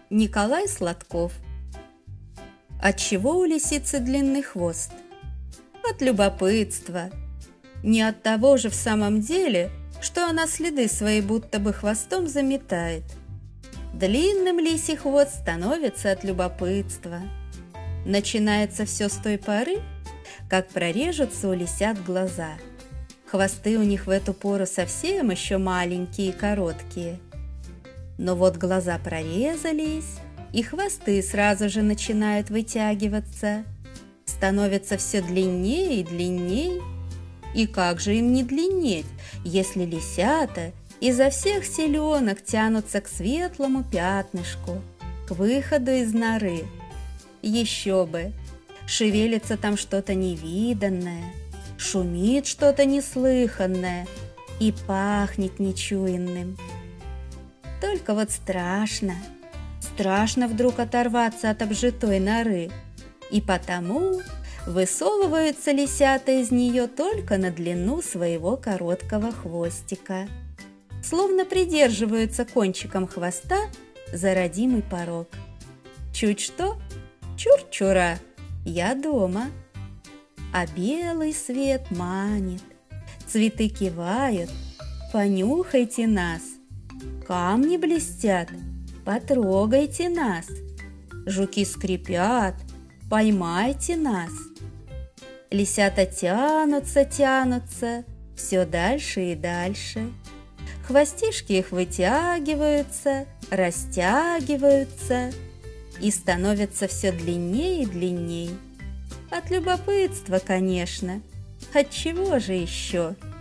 Николай Сладков. Отчего у лисицы длинный хвост? От любопытства. Не от того же в самом деле, что она следы свои будто бы хвостом заметает. Длинным лисий хвост становится от любопытства. Начинается все с той поры, как прорежутся у лисят глаза. Хвосты у них в эту пору совсем еще маленькие и короткие. Но вот глаза прорезались, и хвосты сразу же начинают вытягиваться, становятся все длиннее и длиннее. И как же им не длиннеть, если лисята изо всех силенок тянутся к светлому пятнышку, к выходу из норы? Еще бы! Шевелится там что-то невиданное, шумит что-то неслыханное и пахнет нечуянным. Только вот страшно вдруг оторваться от обжитой норы, и потому высовываются лисята из нее только на длину своего короткого хвостика, словно придерживаются кончиком хвоста за родимый порог. Чуть что, чур-чура, я дома. А белый свет манит, цветы кивают, понюхайте нас. Камни блестят, потрогайте нас. Жуки скрипят, поймайте нас. Лисята тянутся, все дальше и дальше. Хвостишки их вытягиваются, растягиваются и становятся все длиннее и длиннее. От любопытства, конечно. От чего же еще?